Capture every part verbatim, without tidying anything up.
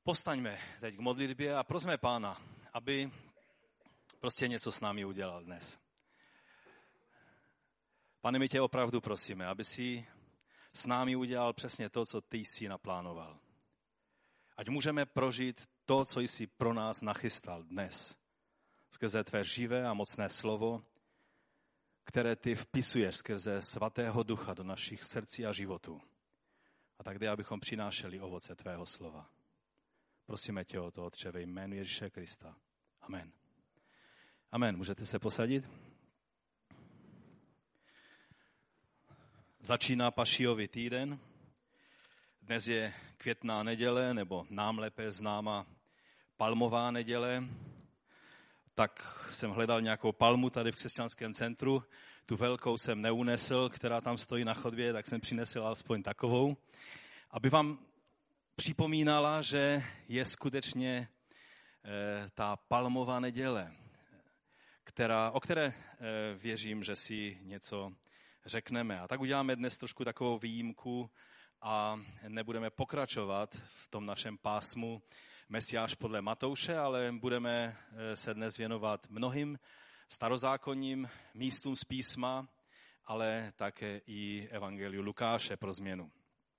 Povstaňme teď k modlitbě a prosme Pána, aby prostě něco s námi udělal dnes. Pane, my tě opravdu prosíme, aby si s námi udělal přesně to, co ty jsi naplánoval. Ať můžeme prožít to, co jsi pro nás nachystal dnes. Skrze tvé živé a mocné slovo, které ty vpisuješ skrze svatého ducha do našich srdcí a životů. A tak dej, abychom přinášeli ovoce tvého slova. Prosíme tě o to, Otče, ve jménu Ježíše Krista. Amen. Amen. Můžete se posadit? Začíná Pašijový týden. Dnes je květná neděle, nebo nám lépe známa palmová neděle. Tak jsem hledal nějakou palmu tady v křesťanském centru. Tu velkou jsem neunesl, která tam stojí na chodbě, tak jsem přinesl alespoň takovou, aby vám připomínala, že je skutečně e, ta palmová neděle, která, o které e, věřím, že si něco řekneme. A tak uděláme dnes trošku takovou výjimku a nebudeme pokračovat v tom našem pásmu Mesiáš podle Matouše, ale budeme se dnes věnovat mnohým starozákonním místům z písma, ale také i evangeliu Lukáše pro změnu.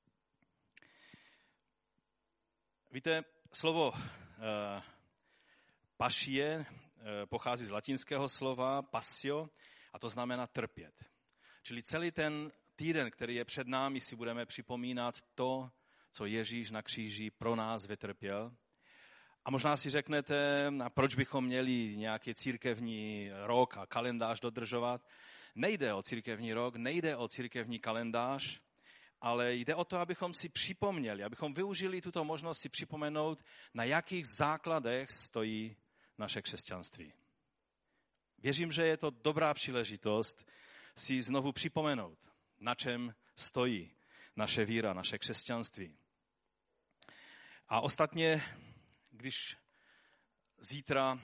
Víte, slovo eh, pašie eh, pochází z latinského slova passio a to znamená trpět. Čili celý ten týden, který je před námi, si budeme připomínat to, co Ježíš na kříži pro nás vytrpěl. A možná si řeknete, proč bychom měli nějaký církevní rok a kalendář dodržovat. Nejde o církevní rok, nejde o církevní kalendář, ale jde o to, abychom si připomněli, abychom využili tuto možnost si připomenout, na jakých základech stojí naše křesťanství. Věřím, že je to dobrá příležitost si znovu připomenout, na čem stojí naše víra, naše křesťanství. A ostatně, když zítra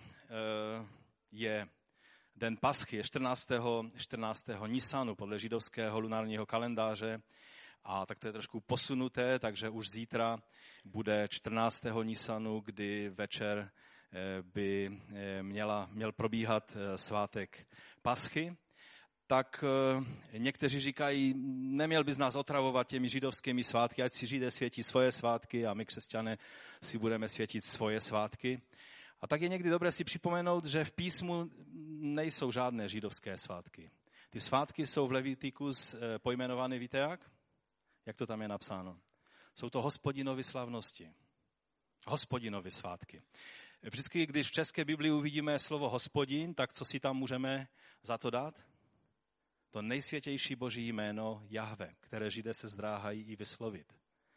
je den Paschy, je čtrnáctého čtrnáctého Nisanu podle židovského lunárního kalendáře, a tak to je trošku posunuté, takže už zítra bude čtrnáctého Nisanu, kdy večer by měla, měl probíhat svátek Paschy. Tak někteří říkají, neměl bys nás otravovat těmi židovskými svátky, ať si Židé světí svoje svátky a my křesťané si budeme světit svoje svátky. A tak je někdy dobré si připomenout, že v písmu nejsou žádné židovské svátky. Ty svátky jsou v Levitikus pojmenovány, víte jak? Jak to tam je napsáno? Jsou to Hospodinovy slavnosti. Hospodinovy svátky. Vždycky, když v české Biblii uvidíme slovo Hospodin, tak co si tam můžeme za to dát? To nejsvětější boží jméno Jahve, které Židé se zdráhají i vyslovit.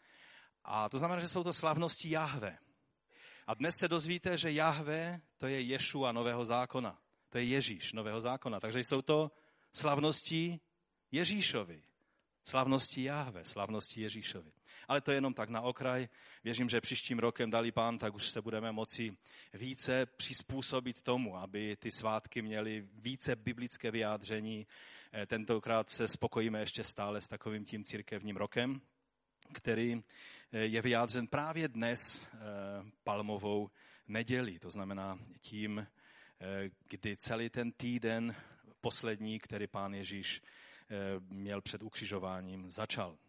A to znamená, že jsou to slavnosti Jahve. A dnes se dozvíte, že Jahve to je Ješua nového zákona. To je Ježíš nového zákona. Takže jsou to slavnosti Ježíšovi. Slavnosti Jahve, slavnosti Ježíšovi. Ale to je jenom tak na okraj. Věřím, že příštím rokem, dali Pán, tak už se budeme moci více přizpůsobit tomu, aby ty svátky měly více biblické vyjádření. Tentokrát se spokojíme ještě stále s takovým tím církevním rokem, který je vyjádřen právě dnes palmovou nedělí. To znamená tím, kdy celý ten týden poslední, který Pán Ježíš měl před ukřižováním, začal.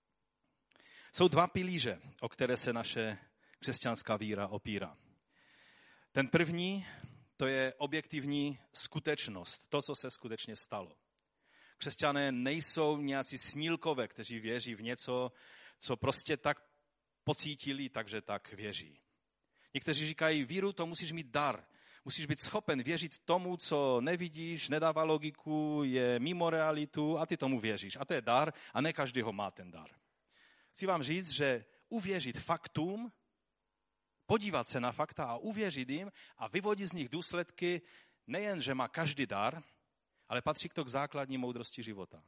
Jsou dva pilíře, o které se naše křesťanská víra opírá. Ten první, to je objektivní skutečnost, to, co se skutečně stalo. Křesťané nejsou nějací snílkové, kteří věří v něco, co prostě tak pocítili, takže tak věří. Někteří říkají, víru to musíš mít dar. Musíš být schopen věřit tomu, co nevidíš, nedává logiku, je mimo realitu a ty tomu věříš. A to je dar a ne každý ho má ten dar. Chci vám říct, že uvěřit faktům, podívat se na fakta a uvěřit jim a vyvodit z nich důsledky, nejen, že má každý dar, ale patří to k základní moudrosti života.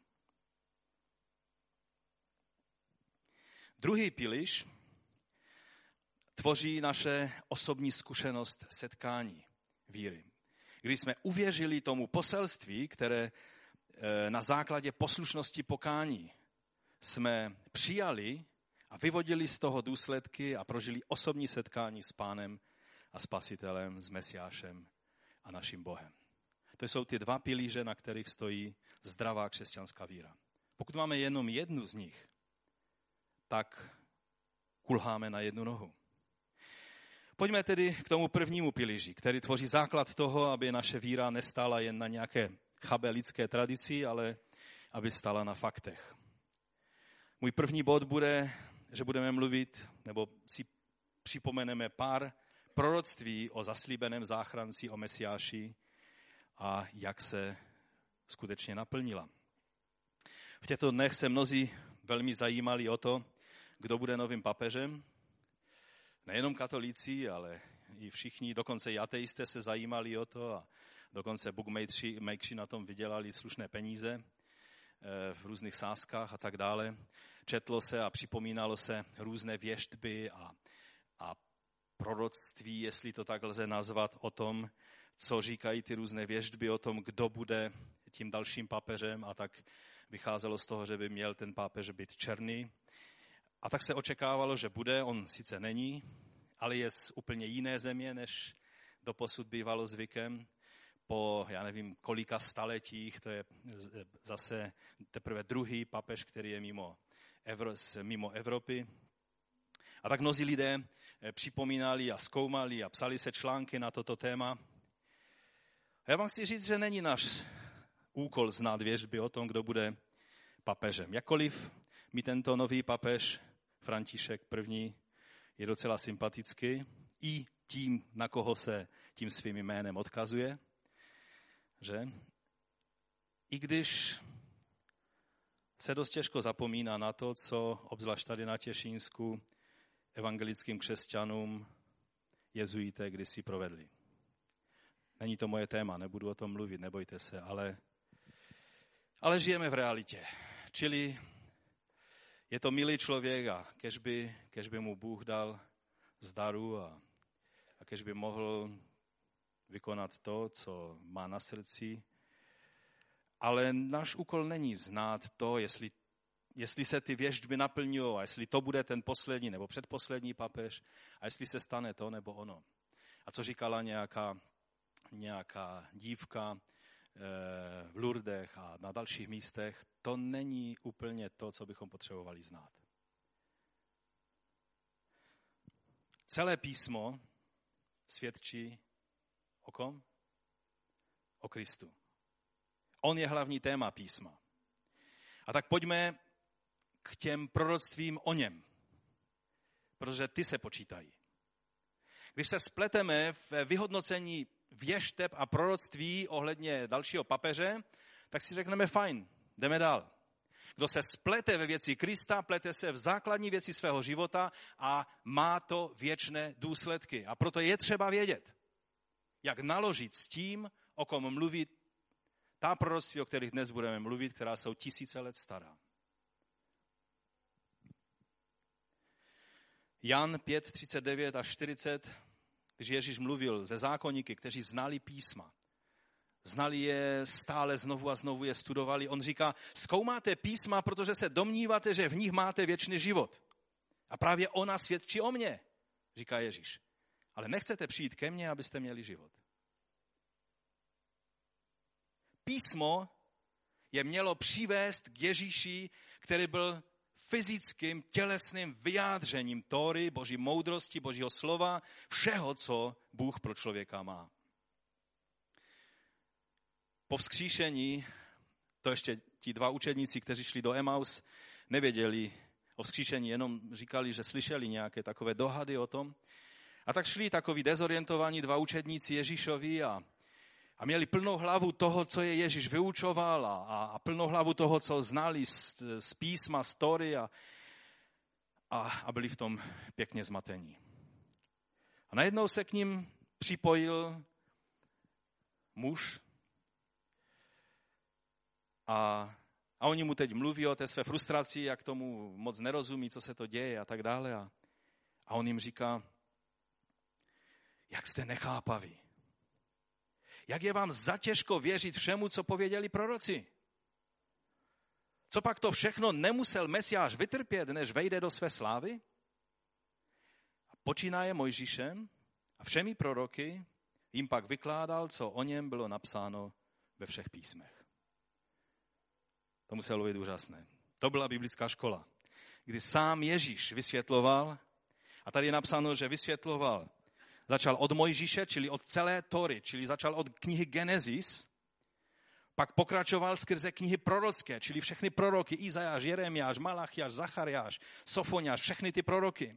Druhý pilíř tvoří naše osobní zkušenost setkání víry. Když jsme uvěřili tomu poselství, které na základě poslušnosti pokání jsme přijali a vyvodili z toho důsledky a prožili osobní setkání s Pánem a Spasitelem, s Mesiášem a naším Bohem. To jsou ty dva pilíře, na kterých stojí zdravá křesťanská víra. Pokud máme jenom jednu z nich, tak kulháme na jednu nohu. Pojďme tedy k tomu prvnímu pilíři, který tvoří základ toho, aby naše víra nestála jen na nějaké chabé lidské tradici, ale aby stála na faktech. Můj první bod bude, že budeme mluvit, nebo si připomeneme pár proroctví o zaslíbeném záchranci, o Mesiáši a jak se skutečně naplnila. V těchto dnech se mnozí velmi zajímali o to, kdo bude novým papežem. Nejenom katolíci, ale i všichni, dokonce i ateisté se zajímali o to a dokonce bookmakeri na tom vydělali slušné peníze v různých sázkách a tak dále. Četlo se a připomínalo se různé věštby a, a proroctví, jestli to tak lze nazvat, o tom, co říkají ty různé věštby o tom, kdo bude tím dalším papežem, a tak vycházelo z toho, že by měl ten papež být černý. A tak se očekávalo, že bude, on sice není, ale je z úplně jiné země, než doposud bývalo zvykem. Po, já nevím, kolika staletích, to je zase teprve druhý papež, který je mimo, Evro, mimo Evropy. A tak mnozí lidé připomínali a zkoumali a psali se články na toto téma. A já vám chci říct, že není náš úkol znát věštby o tom, kdo bude papežem. Jakkoliv mi tento nový papež, František první, je docela sympatický, i tím, na koho se tím svým jménem odkazuje, že? I když se dost těžko zapomíná na to, co obzvlášť tady na Těšínsku evangelickým křesťanům jezuité kdysi provedli. Není to moje téma, nebudu o tom mluvit, nebojte se, ale, ale žijeme v realitě. Čili je to milý člověk a kež by, kež by mu Bůh dal zdaru a, a kež by mohl vykonat to, co má na srdci. Ale náš úkol není znát to, jestli, jestli se ty věštby naplňují a jestli to bude ten poslední nebo předposlední papež a jestli se stane to nebo ono. A co říkala nějaká, nějaká dívka v Lourdech a na dalších místech, to není úplně to, co bychom potřebovali znát. Celé písmo svědčí o kom? O Kristu. On je hlavní téma písma. A tak pojďme k těm proroctvím o něm, protože ty se počítají. Když se spleteme v vyhodnocení věšteb a proroctví ohledně dalšího papeže, tak si řekneme fajn, jdeme dál. Kdo se splete ve věci Krista, plete se v základní věci svého života a má to věčné důsledky. A proto je třeba vědět, jak naložit s tím, o kom mluví ta proroctví, o kterých dnes budeme mluvit, která jsou tisíce let stará. Jan pět, třicet devět až čtyřicet, když Ježíš mluvil ze zákonníky, kteří znali písma, znali je stále znovu a znovu je studovali, on říká, zkoumáte písma, protože se domníváte, že v nich máte věčný život. A právě ona svědčí o mně, říká Ježíš. Ale nechcete přijít ke mně, abyste měli život. Písmo je mělo přivést k Ježíši, který byl fyzickým, tělesným vyjádřením Tóry, boží moudrosti, božího slova, všeho, co Bůh pro člověka má. Po vzkříšení, to ještě ti dva učedníci, kteří šli do Emaus, nevěděli o vzkříšení, jenom říkali, že slyšeli nějaké takové dohady o tom. A tak šli takoví dezorientovaní dva učedníci Ježíšovi a, a měli plnou hlavu toho, co je Ježíš vyučoval a, a, a plnou hlavu toho, co znali z, z písma, z Tóry a, a, a byli v tom pěkně zmatení. A najednou se k ním připojil muž a, a oni mu teď mluví o té své frustraci, jak tomu moc nerozumí, co se to děje a tak dále. A, a on jim říká, jak jste nechápaví. Jak je vám zatěžko věřit všemu, co pověděli proroci? Co pak to všechno nemusel Mesiáš vytrpět, než vejde do své slávy? A počínaje Mojžíšem a všemi proroky jim pak vykládal, co o něm bylo napsáno ve všech písmech. To muselo být úžasné. To byla biblická škola, kdy sám Ježíš vysvětloval, a tady je napsáno, že vysvětloval, začal od Mojžíše, čili od celé Tory, čili začal od knihy Genesis, pak pokračoval skrze knihy prorocké, čili všechny proroky, Izajáš, Jeremiáš, Malachiáš, Zachariáš, Sofoniáš, všechny ty proroky.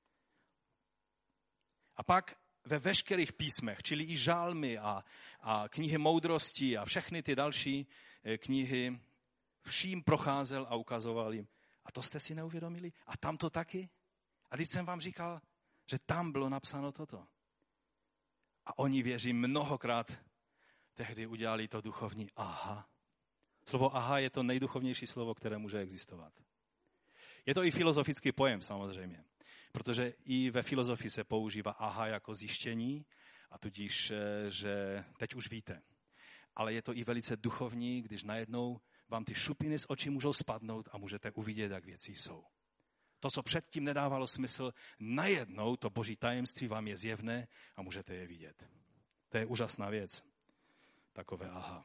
A pak ve veškerých písmech, čili i žálmy a, a knihy moudrosti a všechny ty další knihy, vším procházel a ukazoval jim. A to jste si neuvědomili? A tam to taky? A když jsem vám říkal, že tam bylo napsáno toto. A oni, věří, mnohokrát tehdy udělali to duchovní aha. Slovo aha je to nejduchovnější slovo, které může existovat. Je to i filozofický pojem samozřejmě, protože i ve filozofii se používá aha jako zjištění a tudíž, že teď už víte. Ale je to i velice duchovní, když najednou vám ty šupiny z očí můžou spadnout a můžete uvidět, jak věci jsou. To, co předtím nedávalo smysl, najednou to boží tajemství vám je zjevné a můžete je vidět. To je úžasná věc. Takové aha.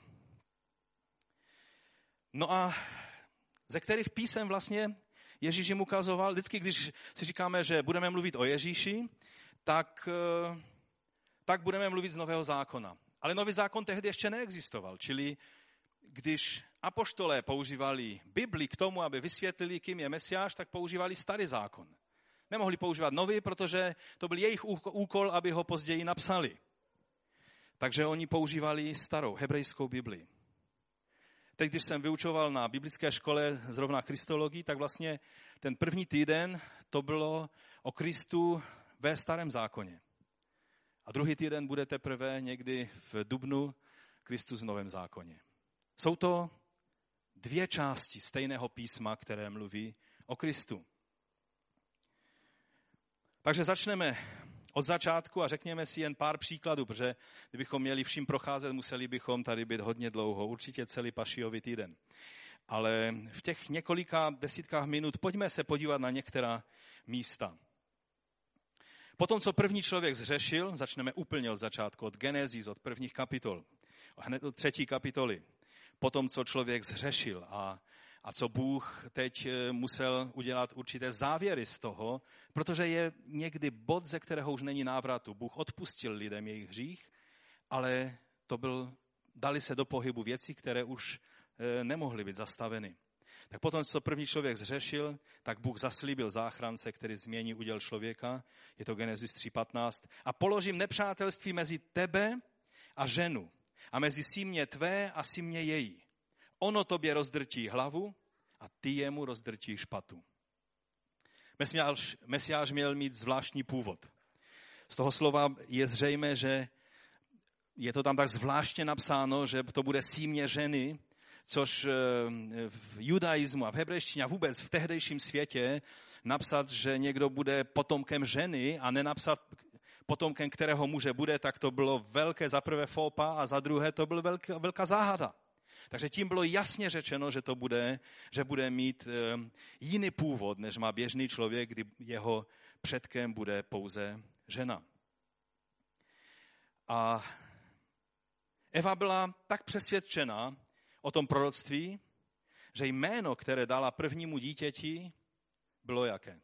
No a ze kterých písem vlastně Ježíš jim ukazoval? Vždycky, když si říkáme, že budeme mluvit o Ježíši, tak, tak budeme mluvit z Nového zákona. Ale Nový zákon tehdy ještě neexistoval, čili když apoštolé používali Bibli k tomu, aby vysvětlili, kým je Mesiáš, tak používali Starý zákon. Nemohli používat Nový, protože to byl jejich úkol, aby ho později napsali. Takže oni používali starou hebrejskou Bibli. Teď, když jsem vyučoval na biblické škole zrovna kristologii, tak vlastně ten první týden to bylo o Kristu ve Starém zákoně. A druhý týden bude teprve někdy v dubnu Kristus v Novém zákoně. Jsou to dvě části stejného písma, které mluví o Kristu. Takže začneme od začátku a řekněme si jen pár příkladů, protože kdybychom měli vším procházet, museli bychom tady být hodně dlouho, určitě celý Pašiový týden. Ale v těch několika desítkách minut pojďme se podívat na některá místa. Potom, co první člověk zřešil, začneme úplně od začátku, od Genesis, od prvních kapitol, hned od třetí kapitoly. Potom, co člověk zřešil a, a co Bůh teď musel udělat určité závěry z toho, protože je někdy bod, ze kterého už není návratu. Bůh odpustil lidem jejich hřích, ale to byl, dali se do pohybu věci, které už e, nemohly být zastaveny. Tak potom, co první člověk zřešil, tak Bůh zaslíbil záchrance, který změní úděl člověka. Je to Genesis tři patnáct. A položím nepřátelství mezi tebe a ženu a mezi símě tvé a símě její. Ono tobě rozdrtí hlavu a ty jemu rozdrtí špatu. Mesiáš, Mesiáš měl mít zvláštní původ. Z toho slova je zřejmé, že je to tam tak zvláštně napsáno, že to bude símě ženy, což v judaismu a v hebrejštině a vůbec v tehdejším světě napsat, že někdo bude potomkem ženy a nenapsat potomkem kterého muže bude, tak to bylo velké za prvé fópa a za druhé to byla velká, velká záhada. Takže tím bylo jasně řečeno, že to bude, že bude mít jiný původ, než má běžný člověk, kdy jeho předkem bude pouze žena. A Eva byla tak přesvědčena o tom proroctví, že jméno, které dala prvnímu dítěti, bylo jaké?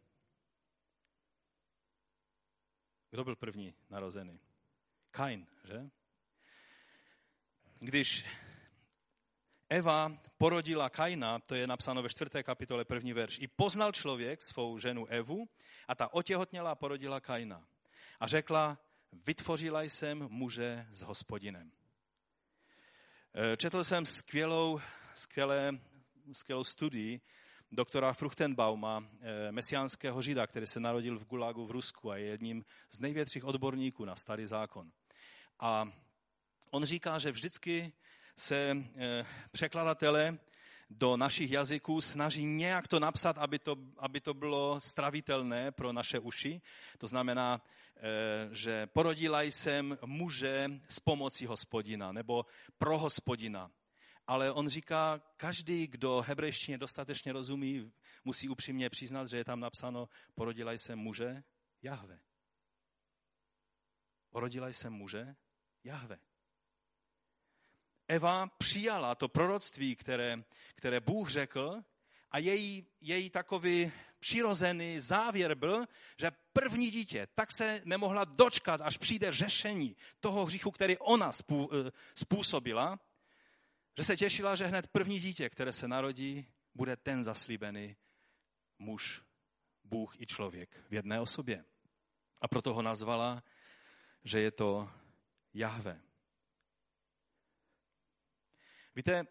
Kdo byl první narozený? Kain, že? Když Eva porodila Kaina, to je napsáno ve čtvrté kapitole první verš, i poznal člověk svou ženu Evu a ta otěhotněla a porodila Kaina. A řekla, vytvořila jsem muže s Hospodinem. Četl jsem skvělou, skvělé, skvělou studii doktora Fruchtenbauma, mesiánského žida, který se narodil v Gulagu v Rusku a je jedním z největších odborníků na Starý zákon. A on říká, že vždycky se překladatelé do našich jazyků snaží nějak to napsat, aby to, aby to bylo stravitelné pro naše uši. To znamená, že porodila jsem muže s pomocí Hospodina nebo pro Hospodina. ale on říká, každý, kdo hebrejštině dostatečně rozumí, musí upřímně přiznat, že je tam napsáno, porodila jsem muže Jahve. Porodila jsem muže Jahve. Eva přijala to proroctví, které, které Bůh řekl, a její, její takový přirozený závěr byl, že první dítě tak se nemohla dočkat, až přijde řešení toho hříchu, který ona způsobila, že se těšila, že hned první dítě, které se narodí, bude ten zaslíbený muž, Bůh i člověk v jedné osobě. A proto ho nazvala, že je to Jahve. Víte,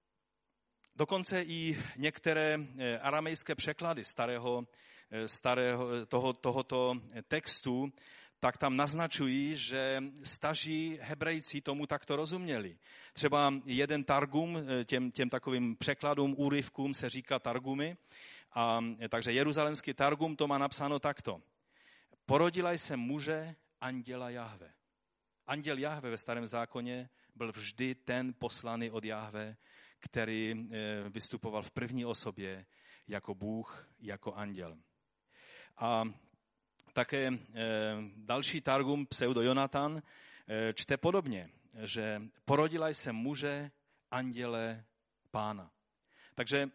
dokonce i některé aramejské překlady starého, starého toho, tohoto textu, tak tam naznačují, že staří Hebrejci tomu takto rozuměli. Třeba jeden targum, těm, těm takovým překladům, úryvkům se říká targumy, a, takže jeruzalemský targum to má napsáno takto. Porodila jsem muže anděla Jahve. Anděl Jahve ve Starém zákoně byl vždy ten poslaný od Jahve, který vystupoval v první osobě jako Bůh, jako anděl. A také další targum, pseudo Jonatan, čte podobně, že porodila jsem muže anděle Pána. Takže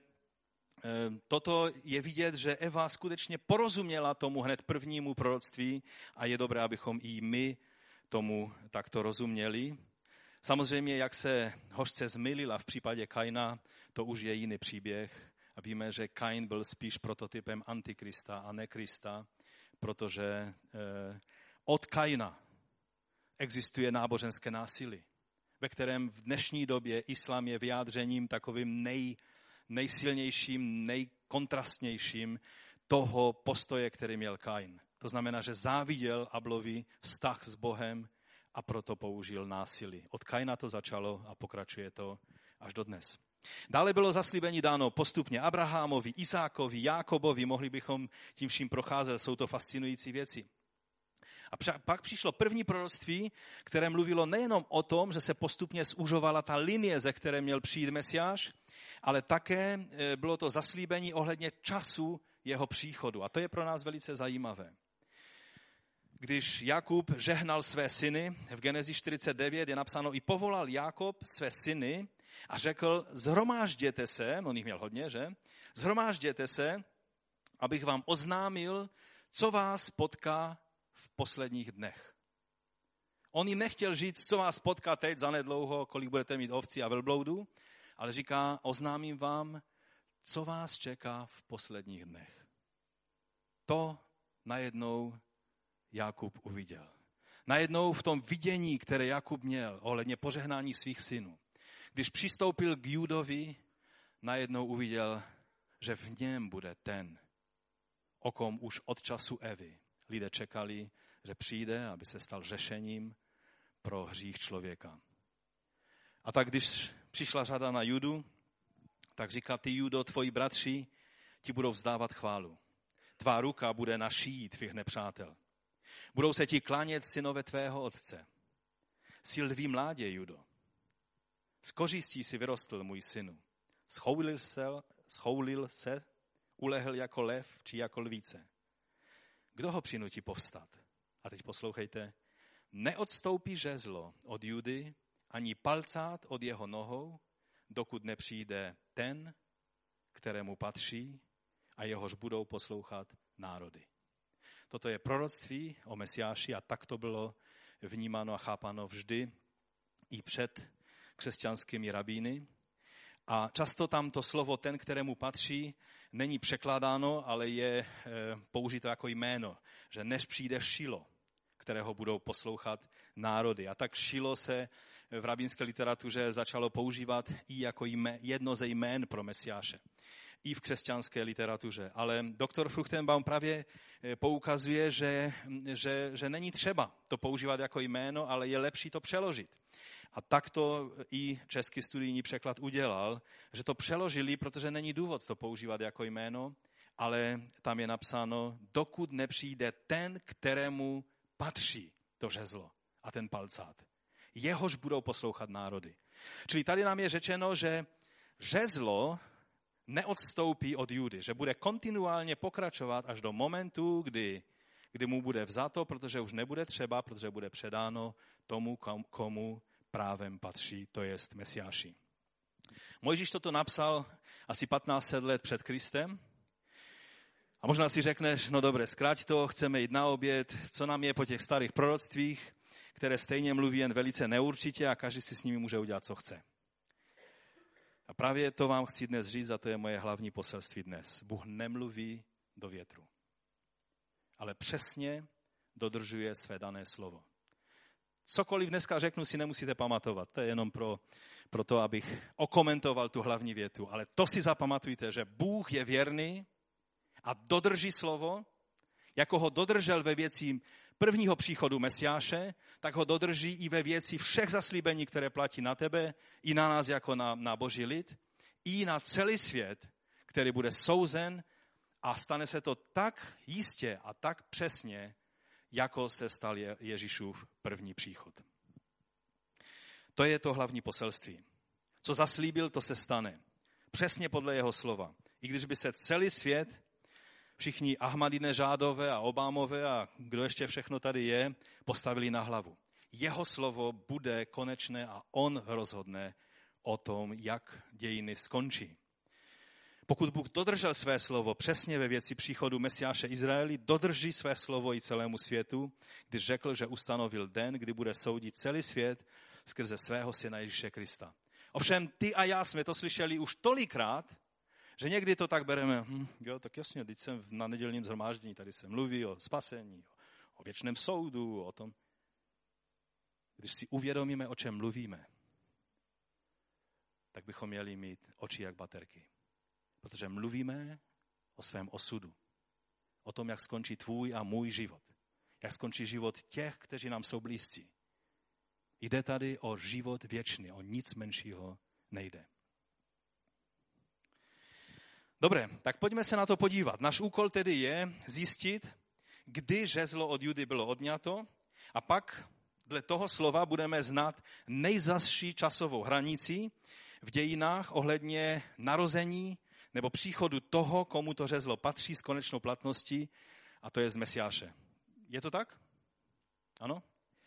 toto je vidět, že Eva skutečně porozuměla tomu hned prvnímu proroctví a je dobré, abychom i my tomu takto rozuměli. Samozřejmě, jak se hořce zmylila v případě Kaina, to už je jiný příběh. A víme, že Kain byl spíš prototypem antikrista a ne Krista, protože od Kaina existuje náboženské násilí, ve kterém v dnešní době islám je vyjádřením takovým nej, nejsilnějším, nejkontrastnějším toho postoje, který měl Kain. To znamená, že záviděl Ablovi vztah s Bohem a proto použil násilí. Od Kaina to začalo a pokračuje to až do dnes. Dále bylo zaslíbení dáno postupně Abrahamovi, Izákovi, Jákobovi, mohli bychom tím vším procházet, jsou to fascinující věci. A pak přišlo první proroctví, které mluvilo nejenom o tom, že se postupně zužovala ta linie, ze které měl přijít Mesiáš, ale také bylo to zaslíbení ohledně času jeho příchodu. A to je pro nás velice zajímavé. Když Jakub žehnal své syny, v Genezi čtyřicet devět je napsáno, i povolal Jákob své syny a řekl, zhromážděte se, on jich měl hodně, že? Zhromážděte se, abych vám oznámil, co vás potká v posledních dnech. On jim nechtěl říct, co vás potká teď zanedlouho, kolik budete mít ovcí a velbloudů, ale říká, oznámím vám, co vás čeká v posledních dnech. To najednou Jakub uviděl. Najednou v tom vidění, které Jakub měl ohledně požehnání svých synů, když přistoupil k Judovi, najednou uviděl, že v něm bude ten, o kom už od času Evy lidé čekali, že přijde, aby se stal řešením pro hřích člověka. A tak když přišla řada na Judu, tak říká, ty Judo, tvoji bratři ti budou vzdávat chválu. Tvá ruka bude na šíji tvých nepřátel. Budou se ti klánět synové tvého otce. Jsi lví mládě, Judo. Z kořistí si vyrostl, můj synu. Schoulil se, schoulil se, ulehl jako lev či jako lvíce. Kdo ho přinutí povstat? A teď poslouchejte. Neodstoupí žezlo od Judy, ani palcát od jeho nohou, dokud nepřijde ten, kterému patří a jehož budou poslouchat národy. Toto je proroctví o Mesiáši a tak to bylo vnímáno a chápáno vždy i před křesťanskými rabíny. A často tam to slovo ten, kterému patří, není překládáno, ale je použito jako jméno, že než přijde Šilo, kterého budou poslouchat národy. A tak Šilo se v rabínské literatuře začalo používat i jako jmé, jedno ze jmén pro Mesiáše. I v křesťanské literatuře. Ale doktor Fruchtenbaum právě poukazuje, že, že, že není třeba to používat jako jméno, ale je lepší to přeložit. A tak to i český studijní překlad udělal, že to přeložili, protože není důvod to používat jako jméno, ale tam je napsáno, dokud nepřijde ten, kterému patří to žezlo a ten palcát. jehož budou poslouchat národy. Čili tady nám je řečeno, že žezlo neodstoupí od Judy, že bude kontinuálně pokračovat až do momentu, kdy, kdy mu bude vzato, protože už nebude třeba, protože bude předáno tomu, komu právem patří, to jest Mesiáši. Mojžíš toto napsal asi patnáct set let před Kristem. A možná si řekneš, no dobré, zkrať to, chceme jít na oběd, co nám je po těch starých proroctvích, které stejně mluví jen velice neurčitě a každý si s nimi může udělat, co chce. A právě to vám chci dnes říct a to je moje hlavní poselství dnes. Bůh nemluví do větru, ale přesně dodržuje své dané slovo. Cokoliv dneska řeknu, si nemusíte pamatovat. To je jenom pro, pro to, abych okomentoval tu hlavní větu. Ale to si zapamatujte, že Bůh je věrný a dodrží slovo, jako ho dodržel ve věci prvního příchodu Mesiáše, tak ho dodrží i ve věci všech zaslíbení, které platí na tebe, i na nás jako na, na Boží lid, i na celý svět, který bude souzen a stane se to tak jistě a tak přesně, jako se stal Ježíšův první příchod. To je to hlavní poselství. Co zaslíbil, to se stane. Přesně podle jeho slova. I když by se celý svět, všichni Ahmadinežádové a Obámové a kdo ještě všechno tady je, postavili na hlavu. Jeho slovo bude konečné a on rozhodne o tom, jak dějiny skončí. Pokud Bůh dodržel své slovo přesně ve věci příchodu Mesiáše Izraeli, dodrží své slovo i celému světu, když řekl, že ustanovil den, kdy bude soudit celý svět skrze svého syna Ježíše Krista. Ovšem ty a já jsme to slyšeli už tolikrát, že někdy to tak bereme, hm, jo, tak jasně, teď jsem na nedělním shromáždění, tady se mluví o spasení, o věčném soudu, o tom. Když si uvědomíme, o čem mluvíme, tak bychom měli mít oči jak baterky. Protože mluvíme o svém osudu. O tom, jak skončí tvůj a můj život. Jak skončí život těch, kteří nám jsou blízcí. Jde tady o život věčný, o nic menšího nejde. Dobré, tak pojďme se na to podívat. Náš úkol tedy je zjistit, kdy žezlo od Judy bylo odňato a pak dle toho slova budeme znát nejzazší časovou hranici v dějinách ohledně narození nebo příchodu toho, komu to žezlo patří s konečnou platností, a to je z Mesiáše. Je to tak? Ano?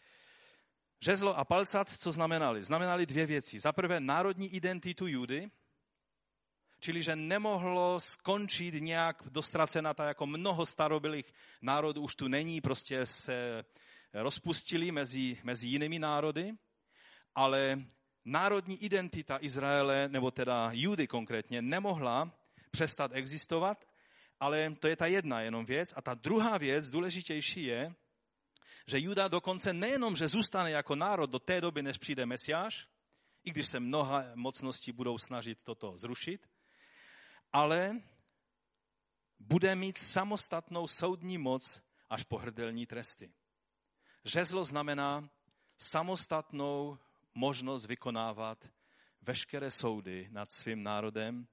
Žezlo a palcat, co znamenali? Znamenali dvě věci. Za prvé národní identitu Judy, čili že nemohlo skončit nějak dostracena ta, jako mnoho starobylých národů už tu není, prostě se rozpustili mezi, mezi jinými národy, ale národní identita Izraele, nebo teda Judy konkrétně, nemohla přestat existovat, ale to je ta jedna jenom věc. A ta druhá věc, důležitější je, že Juda dokonce nejenom, že zůstane jako národ do té doby, než přijde Mesiáš, i když se mnoha mocností budou snažit toto zrušit, ale bude mít samostatnou soudní moc až po hrdelní tresty. Žezlo znamená samostatnou možnost vykonávat veškeré soudy nad svým národem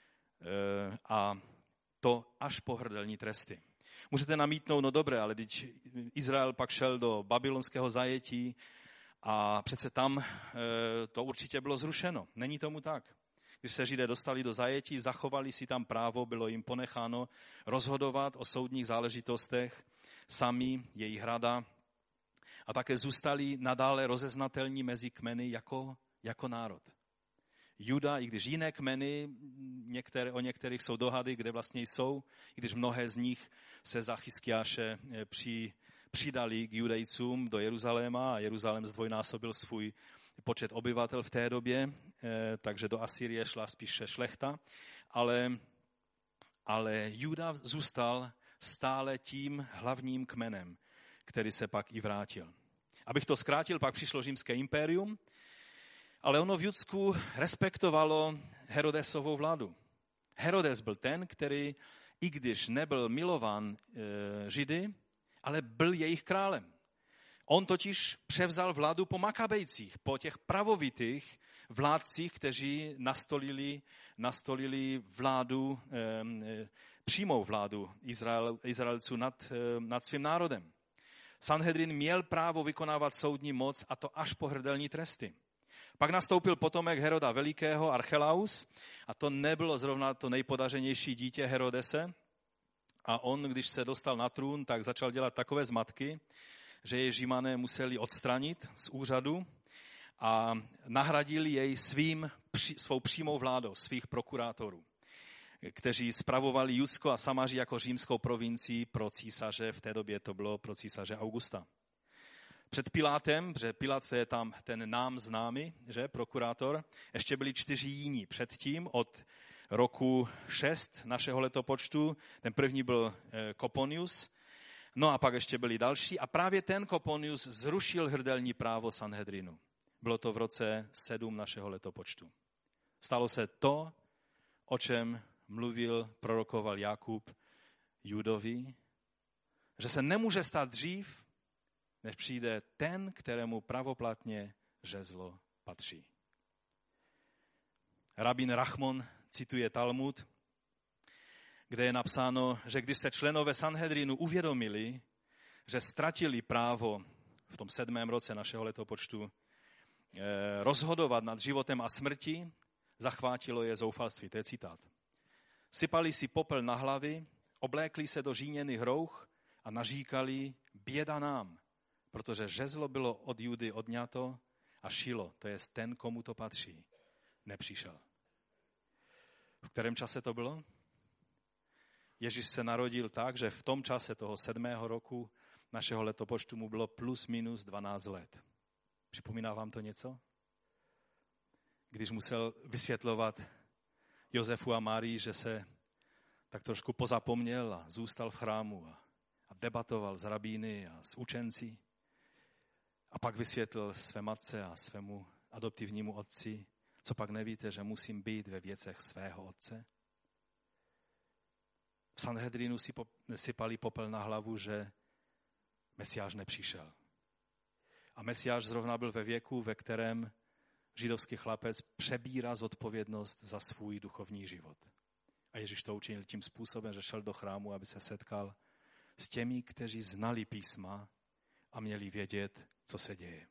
a to až po hrdelní tresty. Můžete namítnout, no dobré, ale teď Izrael pak šel do babylonského zajetí a přece tam to určitě bylo zrušeno. Není tomu tak. Když se Židé dostali do zajetí, zachovali si tam právo, bylo jim ponecháno rozhodovat o soudních záležitostech sami, jejich rada, a také zůstali nadále rozeznatelní mezi kmeny jako, jako národ. Juda, i když jiné kmeny, některé, o některých jsou dohady, kde vlastně jsou, i když mnohé z nich se za Chiskiáše při, přidali k Judejcům do Jeruzaléma a Jeruzalém zdvojnásobil svůj počet obyvatel v té době, takže do Asýrie šla spíše šlechta, ale, ale Juda zůstal stále tím hlavním kmenem, který se pak i vrátil. Abych to zkrátil, pak přišlo římské impérium, ale ono v Judsku respektovalo Herodesovou vládu. Herodes byl ten, který, i když nebyl milován e, Židy, ale byl jejich králem. On totiž převzal vládu po Makabejcích, po těch pravovitých vládcích, kteří nastolili, nastolili vládu, e, přímou vládu Izrael, Izraelců nad, e, nad svým národem. Sanhedrin měl právo vykonávat soudní moc, a to až po hrdelní tresty. Pak nastoupil potomek Heroda Velikého, Archelaus, a to nebylo zrovna to nejpodařenější dítě Herodese. A on, když se dostal na trůn, tak začal dělat takové zmatky, že jej Římané museli odstranit z úřadu a nahradili jej svým, svou přímou vládou, svých prokurátorů, kteří spravovali Judsko a Samaří jako římskou provincii pro císaře, v té době to bylo pro císaře Augusta. Před Pilátem, protože Pilát to je tam ten nám známý, že, prokurátor, ještě byli čtyři jiní předtím od roku šest našeho letopočtu. Ten první byl Koponius, no a pak ještě byli další a právě ten Koponius zrušil hrdelní právo Sanhedrinu. Bylo to v roce sedm našeho letopočtu. Stalo se to, o čem mluvil, prorokoval Jakub Judovi, že se nemůže stát dřív, než přijde ten, kterému pravoplatně žezlo patří. Rabín Rachmon cituje Talmud, kde je napsáno, že když se členové Sanhedrinu uvědomili, že ztratili právo v tom sedmém roce našeho letopočtu rozhodovat nad životem a smrtí, zachvátilo je zoufalství. To je citát. Sypali si popel na hlavy, oblékli se do žíněných rouch a naříkali běda nám, protože žezlo bylo od Judy odňato a Šilo, to je ten, komu to patří, nepřišel. V kterém čase to bylo? Ježíš se narodil tak, že v tom čase toho sedmého roku našeho letopočtu mu bylo plus minus dvanáct let. Připomíná vám to něco? Když musel vysvětlovat Josefu a Márii, že se tak trošku pozapomněl a zůstal v chrámu a, a debatoval s rabíny a s učenci. A pak vysvětlil své matce a svému adoptivnímu otci, co pak nevíte, že musím být ve věcech svého otce? V Sanhedrinu si sypali popel na hlavu, že Mesiáš nepřišel. A Mesiáš zrovna byl ve věku, ve kterém židovský chlapec přebírá zodpovědnost za svůj duchovní život. A Ježíš to učinil tím způsobem, že šel do chrámu, aby se setkal s těmi, kteří znali písma a měli vědět, co se děje.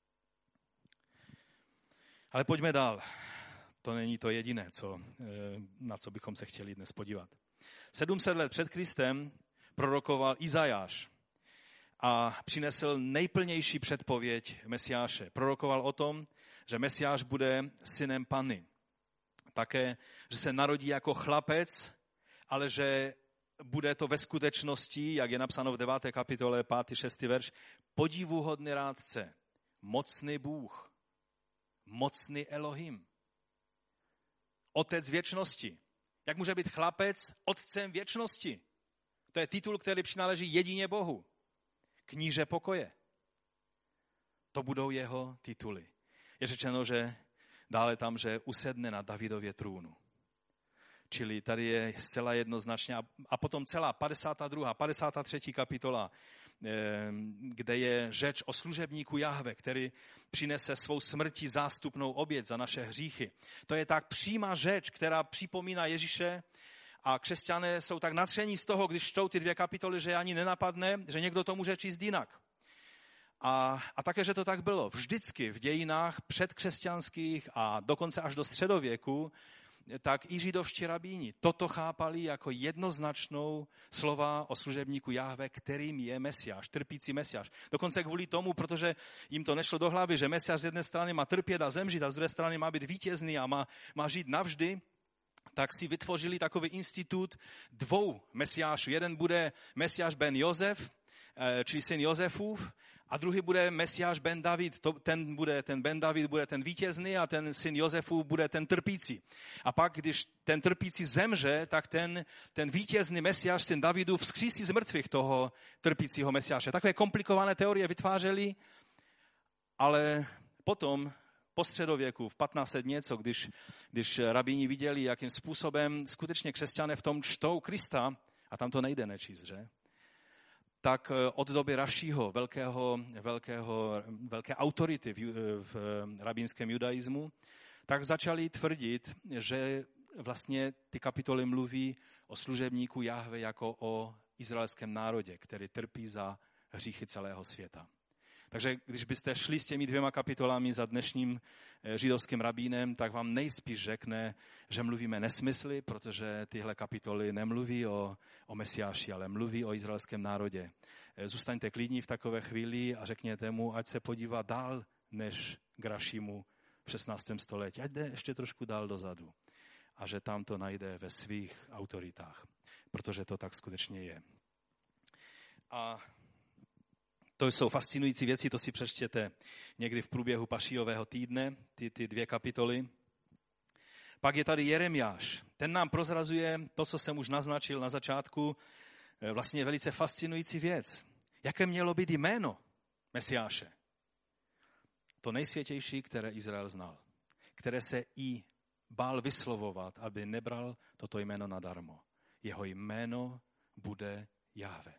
Ale pojďme dál. To není to jediné, co, na co bychom se chtěli dnes podívat. sedm set let před Kristem prorokoval Izajáš a přinesl nejplnější předpověď Mesiáše. Prorokoval o tom, že Mesiáš bude synem Panny. Také, že se narodí jako chlapec, ale že bude to ve skutečnosti, jak je napsáno v deváté kapitole, pátý, šestý verš, podivuhodný rádce, mocný Bůh, mocný Elohim, otec věčnosti. Jak může být chlapec otcem věčnosti? To je titul, který přináleží jedině Bohu. Kníže pokoje. To budou jeho tituly. Je řečeno, že dále tam, že usedne na Davidově trůnu. Čili tady je zcela jednoznačně. A potom celá padesátá druhá, padesátá třetí kapitola, kde je řeč o služebníku Jahve, který přinese svou smrtí zástupnou oběť za naše hříchy. To je tak přímá řeč, která připomíná Ježíše, a křesťané jsou tak nadšení z toho, když čtou ty dvě kapitoly, že ani nenapadne, že někdo to může číst jinak. A, a také, že to tak bylo. Vždycky v dějinách předkřesťanských a dokonce až do středověku, tak i židovští rabíni toto chápali jako jednoznačnou slova o služebníku Jahve, kterým je Mesiáš, trpící Mesiáš. Dokonce kvůli tomu, protože jim to nešlo do hlavy, že Mesiáš z jedné strany má trpět a zemřít a z druhé strany má být vítězný a má, má žít navždy, tak si vytvořili takový institut dvou Mesiášů. Jeden bude Mesiáš ben Josef, čili syn Josefův, a druhý bude Mesiáš ben David, to, ten, bude, ten ben David bude ten vítězný a ten syn Josefův bude ten trpící. A pak, když ten trpící zemře, tak ten, ten vítězný Mesiáš, syn Davidu, vzkřísí z mrtvých toho trpícího Mesiáše. Takové komplikované teorie vytvářeli, ale potom po středověku, v patnáct set něco, když, když rabíni viděli, jakým způsobem skutečně křesťané v tom čtou Krista, a tam to nejde nečíst, že? Tak od doby Rašího, velkého, velkého, velké autority v, v rabínském judaismu, tak začali tvrdit, že vlastně ty kapitoly mluví o služebníku Jahve jako o izraelském národě, který trpí za hříchy celého světa. Takže když byste šli s těmi dvěma kapitolami za dnešním židovským rabínem, tak vám nejspíš řekne, že mluvíme nesmysly, protože tyhle kapitoly nemluví o, o Mesiáši, ale mluví o izraelském národě. Zůstaňte klidní v takové chvíli a řekněte mu, ať se podívá dál než k Rašimu v šestnáctém století. Ať jde ještě trošku dál dozadu. A že tam to najde ve svých autoritách. Protože to tak skutečně je. A to jsou fascinující věci, to si přečtěte někdy v průběhu Pašijového týdne, ty, ty dvě kapitoly. Pak je tady Jeremiáš. Ten nám prozrazuje to, co jsem už naznačil na začátku, vlastně velice fascinující věc. Jaké mělo být jméno Mesiáše? To nejsvětější, které Izrael znal. Které se i bál vyslovovat, aby nebral toto jméno nadarmo. Jeho jméno bude Jahve.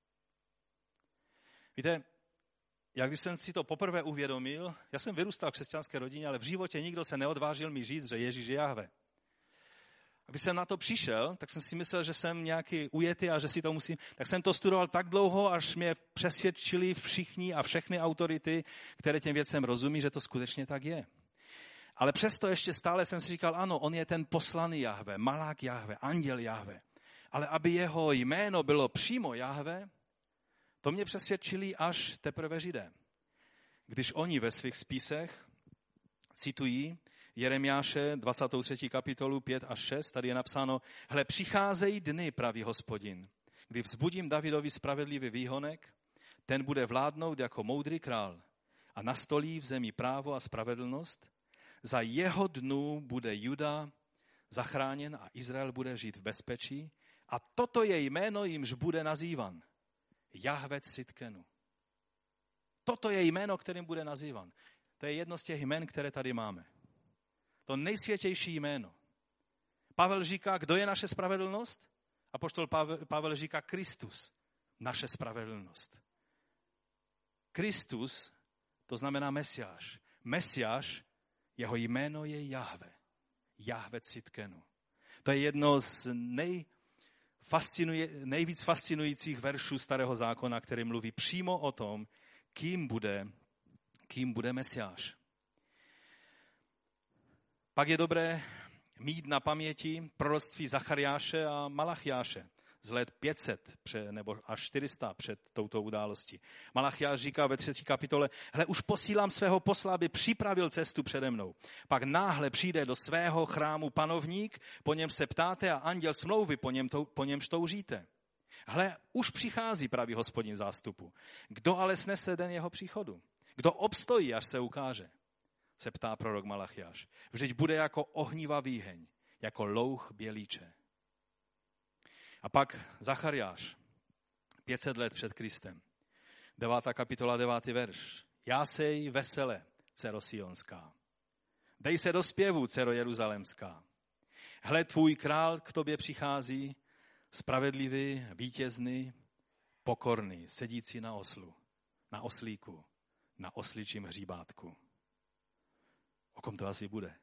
Víte, jak když jsem si to poprvé uvědomil, já jsem vyrůstal v křesťanské rodině, ale v životě nikdo se neodvážil mi říct, že Ježíš je Jahve. A když jsem na to přišel, tak jsem si myslel, že jsem nějaký ujetý a že si to musím. Tak jsem to studoval tak dlouho, až mě přesvědčili všichni a všechny autority, které těm věcem rozumí, že to skutečně tak je. Ale přesto ještě stále jsem si říkal, ano, on je ten poslaný Jahve, malák Jahve, anděl Jahve. Ale aby jeho jméno bylo přímo Jahve, to mě přesvědčili až teprve Židé. Když oni ve svých spisech citují Jeremiáše dvacátou třetí kapitolu pět až šest, tady je napsáno, hle, přicházejí dny, praví Hospodin, kdy vzbudím Davidovi spravedlivý výhonek, ten bude vládnout jako moudrý král a nastolí v zemi právo a spravedlnost. Za jeho dnů bude Juda zachráněn a Izrael bude žít v bezpečí a toto je jméno, jimž bude nazývan. Jahve Cidkenu. Toto je jméno, kterým bude nazývan. To je jedno z těch jmén, které tady máme. To nejsvětější jméno. Pavel říká, kdo je naše spravedlnost? Apoštol Pavel, Pavel říká Kristus, naše spravedlnost. Kristus, to znamená Mesiáš. Mesiáš, jeho jméno je Jahve. Jahve Cidkenu. To je jedno z nej, fascinuje, nejvíc fascinujících veršů Starého zákona, který mluví přímo o tom, kým bude, kým bude Mesiáš. Pak je dobré mít na paměti proroctví Zachariáše a Malachiáše z let pět set nebo až čtyři sta před touto událostí. Malachiáš říká ve třetí kapitole, hle, už posílám svého posla, aby připravil cestu přede mnou. Pak náhle přijde do svého chrámu panovník, po něm se ptáte a anděl smlouvy, po, něm to, po němž toužíte. Hle, už přichází, praví Hospodin zástupu. Kdo ale snese den jeho příchodu? Kdo obstojí, až se ukáže? Se ptá prorok Malachiáš. Vždyť bude jako ohnivá výheň, jako louh bělíče. A pak Zachariáš, pět set let před Kristem. Devátá kapitola, devátý verš. Jásej vesele, dcero Sionská. Dej se do zpěvu, dcero Jeruzalémská. Hle, tvůj král k tobě přichází, spravedlivý, vítězný, pokorný, sedící na oslu, na oslíku, na osličím hříbátku. O kom to asi bude?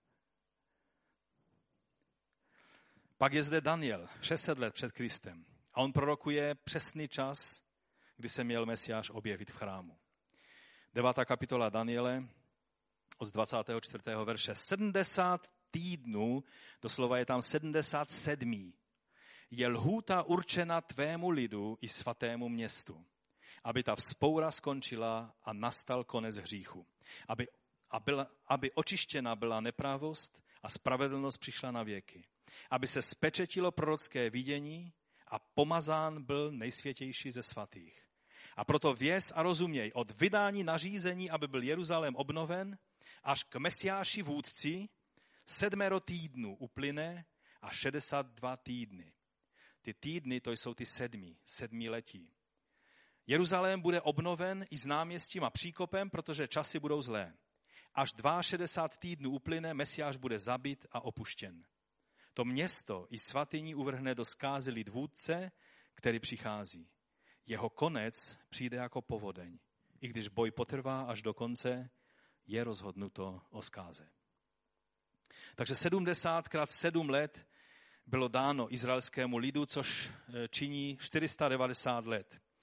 Pak je zde Daniel, šest set let před Kristem. A on prorokuje přesný čas, kdy se měl Mesiáš objevit v chrámu. Devátá kapitola Daniele od dvacátého čtvrtého verše. sedmdesát týdnů, doslova je tam sedmdesát sedmý, je lhůta určena tvému lidu i svatému městu, aby ta vzpoura skončila a nastal konec hříchu. Aby, aby, aby očištěna byla neprávost a spravedlnost přišla na věky. Aby se spečetilo prorocké vidění a pomazán byl nejsvětější ze svatých. A proto věz a rozuměj, od vydání nařízení, aby byl Jeruzalém obnoven, až k Mesiáši vůdci, sedmero týdnů uplyne a šedesát dva týdny. Ty týdny, to jsou ty sedmi, sedmiletí. Jeruzalém bude obnoven i s náměstím a příkopem, protože časy budou zlé. Až šedesát dva týdnů uplyne, Mesiáš bude zabit a opuštěn. To město i svatyni uvrhne do zkázy lid vůdce, který přichází. Jeho konec přijde jako povodeň. I když boj potrvá až do konce, je rozhodnuto o zkáze. Takže sedmdesát krát sedm let bylo dáno izraelskému lidu, což činí čtyři sta devadesát let.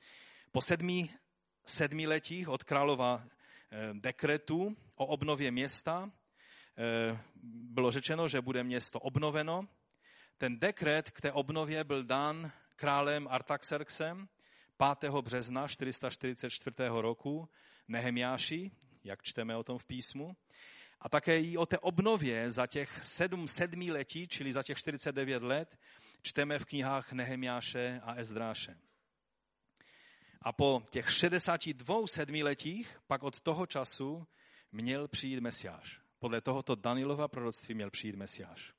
Po sedmi sedmiletích od králova dekretu o obnově města bylo řečeno, že bude město obnoveno. Ten dekret k té obnově byl dán králem Artaxerxem pátého března čtyři sta čtyřicet čtyři roku Nehemiáši, jak čteme o tom v písmu. A také i o té obnově za těch sedm sedmiletí, čili za těch čtyřicet devět let, čteme v knihách Nehemiáše a Ezdráše. A po těch šedesáti dvou sedmiletích pak od toho času měl přijít Mesiáš. Podle tohoto Danielova proroctví měl přijít Mesiáš.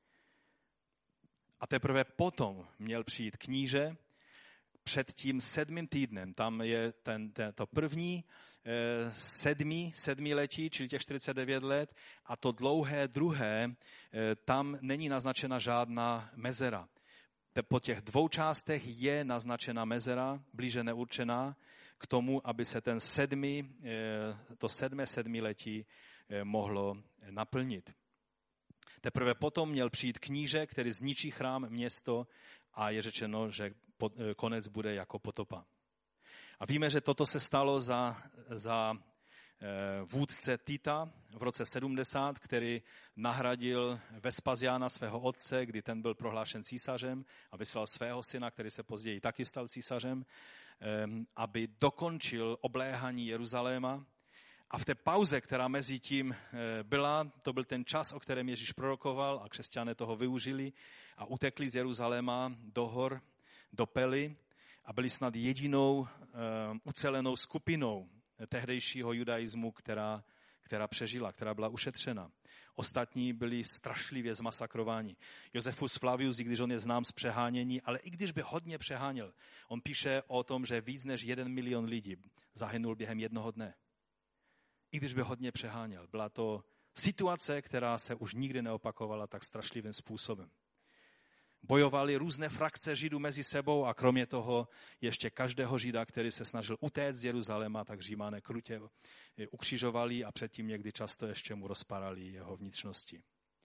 A teprve potom měl přijít kníže před tím sedmým týdnem. Tam je ten, ten, to první eh, sedmý, sedmiletí, čili těch čtyřicet devět let, a to dlouhé druhé, eh, tam není naznačena žádná mezera. Po těch dvou částech je naznačena mezera, blíže neurčená, k tomu, aby se ten sedmi, to sedmé sedmiletí mohlo naplnit. Teprve potom měl přijít kníže, který zničí chrám, město, a je řečeno, že konec bude jako potopa. A víme, že toto se stalo za, za vůdce Tita v roce sedmdesát, který nahradil Vespasiána, svého otce, kdy ten byl prohlášen císařem, a vyslal svého syna, který se později taky stal císařem, aby dokončil obléhání Jeruzaléma. A v té pauze, která mezi tím byla, to byl ten čas, o kterém Ježíš prorokoval, a křesťané toho využili a utekli z Jeruzaléma do hor, do Pely, a byli snad jedinou ucelenou skupinou tehdejšího judaismu, která, která přežila, která byla ušetřena. Ostatní byli strašlivě zmasakrováni. Josefus Flavius, i když on je znám z přehánění, ale i když by hodně přeháněl, on píše o tom, že víc než jeden milion lidí zahynul během jednoho dne. I když by hodně přeháněl. Byla to situace, která se už nikdy neopakovala tak strašlivým způsobem. Bojovali různé frakce Židů mezi sebou a kromě toho ještě každého Žida, který se snažil utéct z Jeruzaléma, tak Římané krutě ukřižovali a předtím někdy často ještě mu rozpárali jeho vnitřnosti.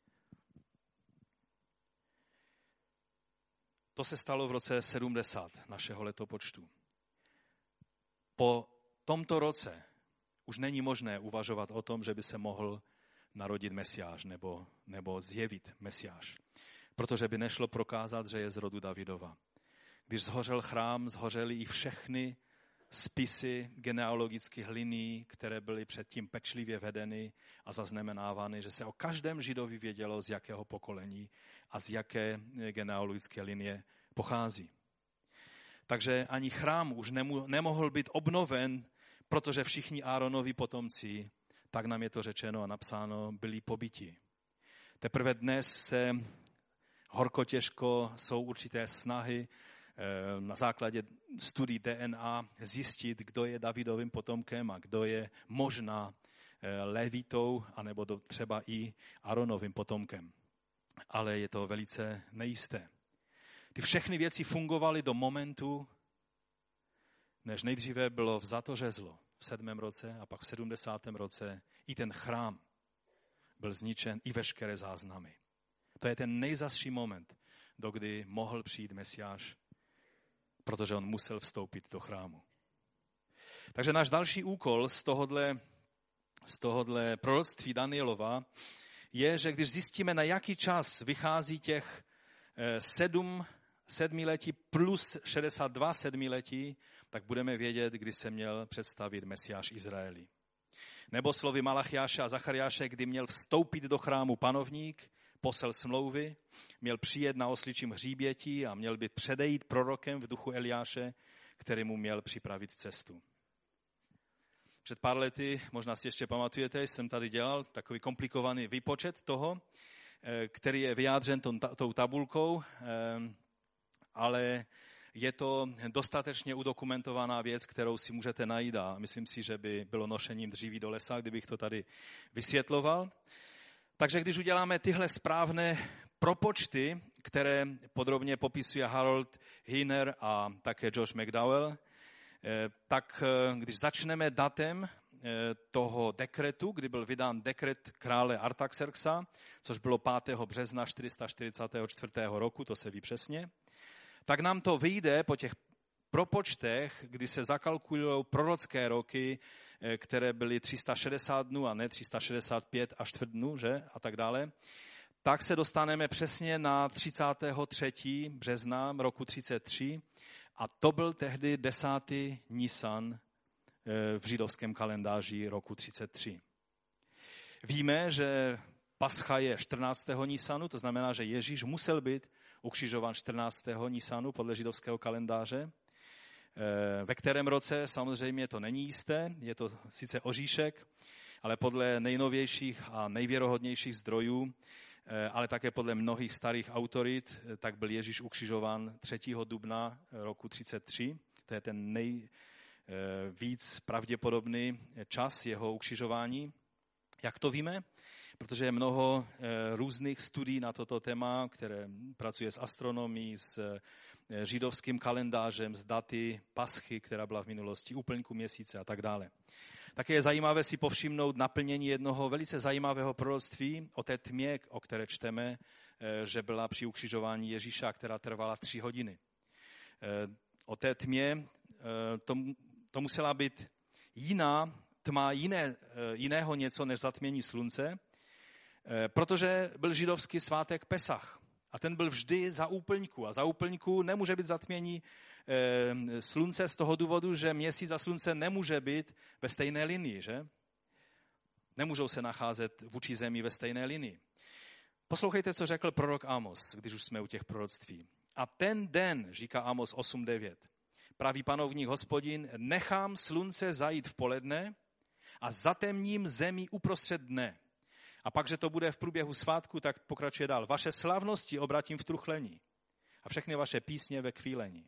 To se stalo v roce sedmdesát našeho letopočtu. Po tomto roce už není možné uvažovat o tom, že by se mohl narodit Mesiáš nebo, nebo zjevit Mesiáš. Protože by nešlo prokázat, že je z rodu Davidova. Když zhořel chrám, zhořely i všechny spisy genealogických linií, které byly předtím pečlivě vedeny a zaznamenávány, že se o každém Židovi vědělo, z jakého pokolení a z jaké genealogické linie pochází. Takže ani chrám už nemu, nemohl být obnoven, protože všichni Áronovi potomci, tak nám je to řečeno a napsáno, byli pobiti. Teprve dnes se horko těžko jsou určité snahy na základě studií D N A zjistit, kdo je Davidovým potomkem a kdo je možná Levitou, anebo třeba i Áronovým potomkem. Ale je to velice nejisté. Ty všechny věci fungovaly do momentu, než nejdříve bylo vzato žezlo v sedmém roce a pak v sedmdesátém roce i ten chrám byl zničen, i veškeré záznamy. To je ten nejzazší moment, dokdy mohl přijít Mesiáš, protože on musel vstoupit do chrámu. Takže náš další úkol z tohodle, z tohodle proroctví Danielova je, že když zjistíme, na jaký čas vychází těch sedm sedmiletí plus šedesát dva sedmiletí, tak budeme vědět, kdy se měl představit Mesiáš Izraeli. Nebo slovy Malachiáše a Zachariáše, kdy měl vstoupit do chrámu panovník, posel smlouvy, měl přijet na osličím hříběti a měl být předejít prorokem v duchu Eliáše, který mu měl připravit cestu. Před pár lety, možná si ještě pamatujete, jsem tady dělal takový komplikovaný výpočet toho, který je vyjádřen tou tabulkou, ale je to dostatečně udokumentovaná věc, kterou si můžete najít a myslím si, že by bylo nošením dříví do lesa, kdybych to tady vysvětloval. Takže když uděláme tyhle správné propočty, které podrobně popisuje Harold Hiner a také Josh McDowell, tak když začneme datem toho dekretu, kdy byl vydán dekret krále Artaxerxa, což bylo pátého března čtyři sta čtyřicet čtyři roku, to se ví přesně, tak nám to vyjde po těch propočtech, kdy se zakalkulují prorocké roky, které byly tři sta šedesát dnů a ne tři sta šedesát pět a čtvrt dnů, že? A tak dále, tak se dostaneme přesně na třicátého třetího března roku třicet tři a to byl tehdy desátý Nisan v židovském kalendáři roku třicet tři. Víme, že Pascha je čtrnáctého Nisanu, to znamená, že Ježíš musel být ukřižován čtrnáctého Nisanu podle židovského kalendáře, ve kterém roce samozřejmě to není jisté, je to sice oříšek, ale podle nejnovějších a nejvěrohodnějších zdrojů, ale také podle mnohých starých autorit, tak byl Ježíš ukřižován třetího dubna roku třicet tři, to je ten nejvíc pravděpodobný čas jeho ukřižování. Jak to víme? Protože je mnoho různých studií na toto téma, které pracuje s astronomií, s židovským kalendářem, s daty paschy, která byla v minulosti, úplňku měsíce a tak dále. Také je zajímavé si povšimnout naplnění jednoho velice zajímavého proroctví o té tmě, o které čteme, že byla při ukřižování Ježíša, která trvala tři hodiny. O té tmě to, to musela být jiná tma, jiné, jiného něco než zatmění slunce, protože byl židovský svátek Pesach. A ten byl vždy za úplňku. A za úplňku nemůže být zatmění e, slunce z toho důvodu, že měsíc a slunce nemůže být ve stejné linii, že? Nemůžou se nacházet vůči zemi ve stejné linii. Poslouchejte, co řekl prorok Amos, když už jsme u těch proroctví. A ten den, říká Amos osm devět, praví panovník Hospodin, nechám slunce zajít v poledne a zatemním zemi uprostřed dne. A pak, že to bude v průběhu svátku, tak pokračuje dál. Vaše slavnosti obratím v truchlení a všechny vaše písně ve kvílení.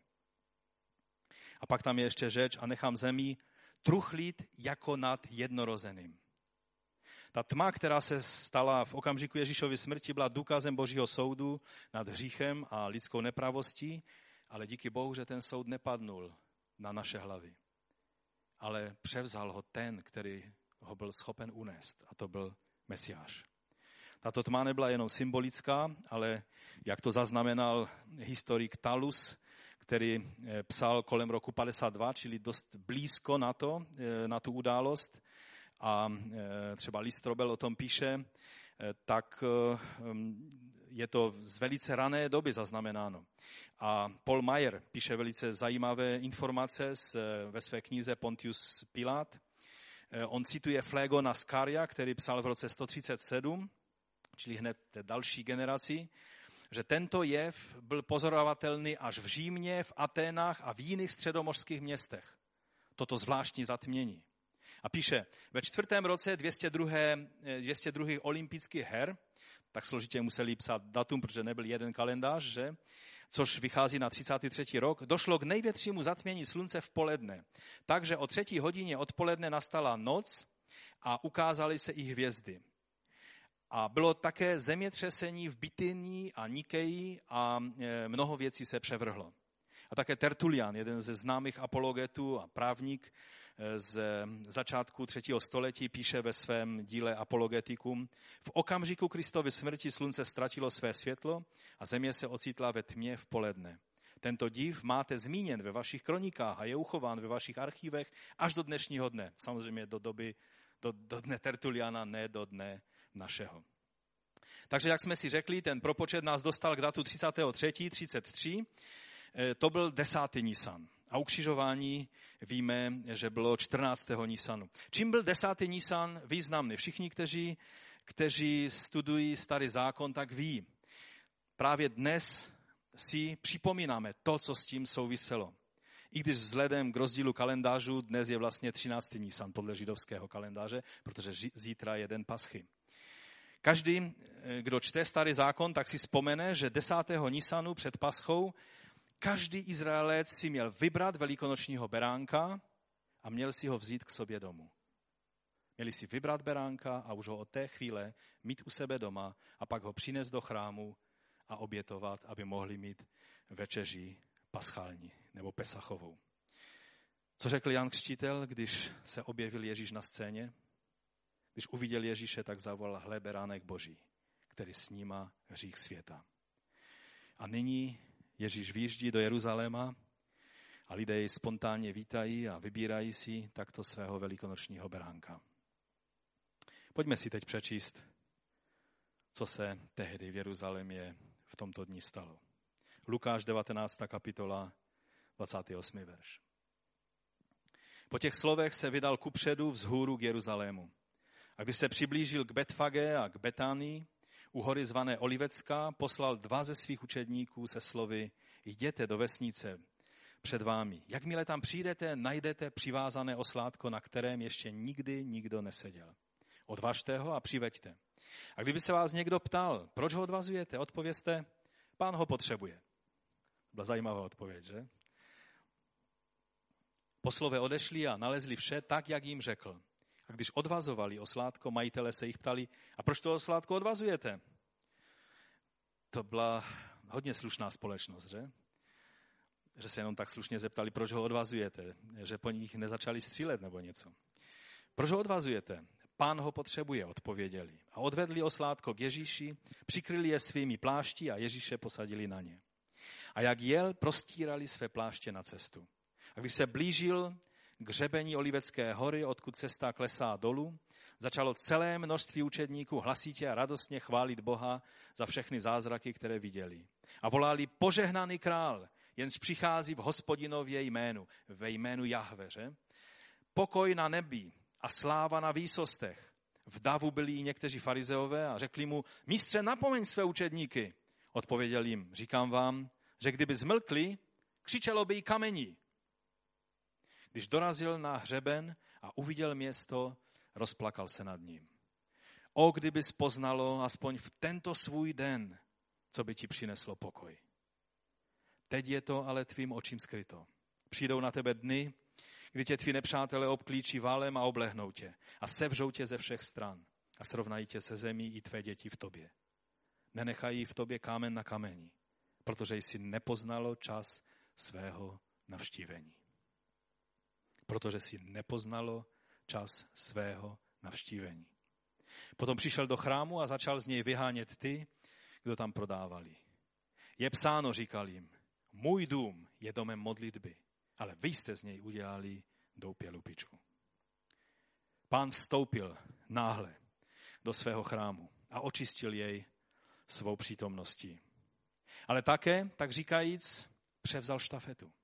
A pak tam je ještě řeč a nechám zemi truchlít jako nad jednorozeným. Ta tma, která se stala v okamžiku Ježíšovy smrti, byla důkazem Božího soudu nad hříchem a lidskou nepravostí, ale díky Bohu, že ten soud nepadnul na naše hlavy. Ale převzal ho ten, který ho byl schopen unést, a to byl Mesiáš. Tato tma nebyla jenom symbolická, ale jak to zaznamenal historik Talus, který psal kolem roku padesát dva, čili dost blízko na to, na tu událost, a třeba Listrobel o tom píše, tak je to z velice rané doby zaznamenáno. A Paul Meyer píše velice zajímavé informace z, ve své knize Pontius Pilát. On cituje Flegona Skaria, který psal v roce sto třicet sedm, čili hned té další generaci, že tento jev byl pozorovatelný až v Římě, v Aténách a v jiných středomořských městech. Toto zvláštní zatmění. A píše, ve čtvrtém roce dvě stě dva olympijských her, tak složitě museli psát datum, protože nebyl jeden kalendář, že? Což vychází na třicátý třetí rok, došlo k největšímu zatmění slunce v poledne. Takže o třetí hodině odpoledne nastala noc a ukázaly se i hvězdy. A bylo také zemětřesení v Bityni a Nikeji a mnoho věcí se převrhlo. A také Tertulian, jeden ze známých apologetů a právník z začátku třetího století, píše ve svém díle Apologetikum: v okamžiku Kristovy smrti slunce ztratilo své světlo a země se ocitla ve tmě v poledne. Tento div máte zmíněn ve vašich kronikách a je uchován ve vašich archívech až do dnešního dne. Samozřejmě do doby, do, do dne Tertuliana, ne do dne našeho. Takže, jak jsme si řekli, ten propočet nás dostal k datu třicátého třetího třicet tři. To byl desátý Nisan. A ukřižování víme, že bylo čtrnáctého Nisanu. Čím byl desátý Nisan významný? Všichni, kteří, kteří studují Starý zákon, tak ví. Právě dnes si připomínáme to, co s tím souviselo. I když vzhledem k rozdílu kalendářů dnes je vlastně třináctý Nisan podle židovského kalendáře, protože zítra je den Paschy. Každý, kdo čte Starý zákon, tak si vzpomene, že desátého Nisanu před Paschou každý Izraelec si měl vybrat velikonočního beránka a měl si ho vzít k sobě domů. Měli si vybrat beránka a už ho od té chvíle mít u sebe doma a pak ho přinést do chrámu a obětovat, aby mohli mít večeři paschální nebo pesachovou. Co řekl Jan Křtitel, když se objevil Ježíš na scéně? Když uviděl Ježíše, tak zavolal: hle, beránek Boží, který snímá hřích světa. A nyní Ježíš vyjíždí do Jeruzaléma A lidé jej spontánně vítají a vybírají si takto svého velikonočního beránka. Pojďme si teď přečíst, co se tehdy v Jeruzalémě v tomto dni stalo. Lukáš devatenáctá kapitola, dvacátý osmý verš. Po těch slovech se vydal kupředu vzhůru k Jeruzalému. A když se přiblížil k Betfage a k Betánii, u hory zvané Olivecká, poslal dva ze svých učedníků se slovy: jděte do vesnice před vámi. Jakmile tam přijdete, najdete přivázané oslátko, na kterém ještě nikdy nikdo neseděl. Odvažte ho a přiveďte. A kdyby se vás někdo ptal, proč ho odvazujete, odpovězte: Pán ho potřebuje. Byla zajímavá odpověď, že? Poslové odešli a nalezli vše tak, jak jim řekl. A když odvazovali oslátko, majitele se jich ptali: a proč to oslátko odvazujete? To byla hodně slušná společnost, že? Že se jenom tak slušně zeptali, proč ho odvazujete, že po nich nezačali střílet nebo něco. Proč ho odvazujete? Pán ho potřebuje, odpověděli. A odvedli oslátko k Ježíši, přikryli je svými plášti a Ježíše posadili na ně. A jak jel, prostírali své pláště na cestu. A když se blížil k hřebení Olivecké hory, odkud cesta klesá dolů, začalo celé množství učedníků hlasitě a radostně chválit Boha za všechny zázraky, které viděli. A volali: požehnaný král, jenž přichází v Hospodinově jménu, ve jménu Jahve, že? Pokoj na nebi a sláva na výsostech. V davu byli někteří farizeové a řekli mu: mistře, napomeň své učedníky. Odpověděl jim: říkám vám, že kdyby zmlkli, křičelo by jí kamení. Když dorazil na hřeben a uviděl město, rozplakal se nad ním. O, kdybys poznalo aspoň v tento svůj den, co by ti přineslo pokoj. Teď je to ale tvým očím skryto. Přijdou na tebe dny, kdy tě tví nepřátelé obklíčí válem a oblehnou tě a sevřou tě ze všech stran a srovnají tě se zemí i tvé děti v tobě. Nenechají v tobě kámen na kameni, protože jsi nepoznalo čas svého navštívení. Protože si nepoznalo čas svého navštívení. Potom přišel do chrámu a začal z něj vyhánět ty, kdo tam prodávali. Je psáno, říkal jim, můj dům je domem modlitby, ale vy jste z něj udělali doupě lupičku. Pán vstoupil náhle do svého chrámu a očistil jej svou přítomností. Ale také, tak říkajíc, převzal štafetu.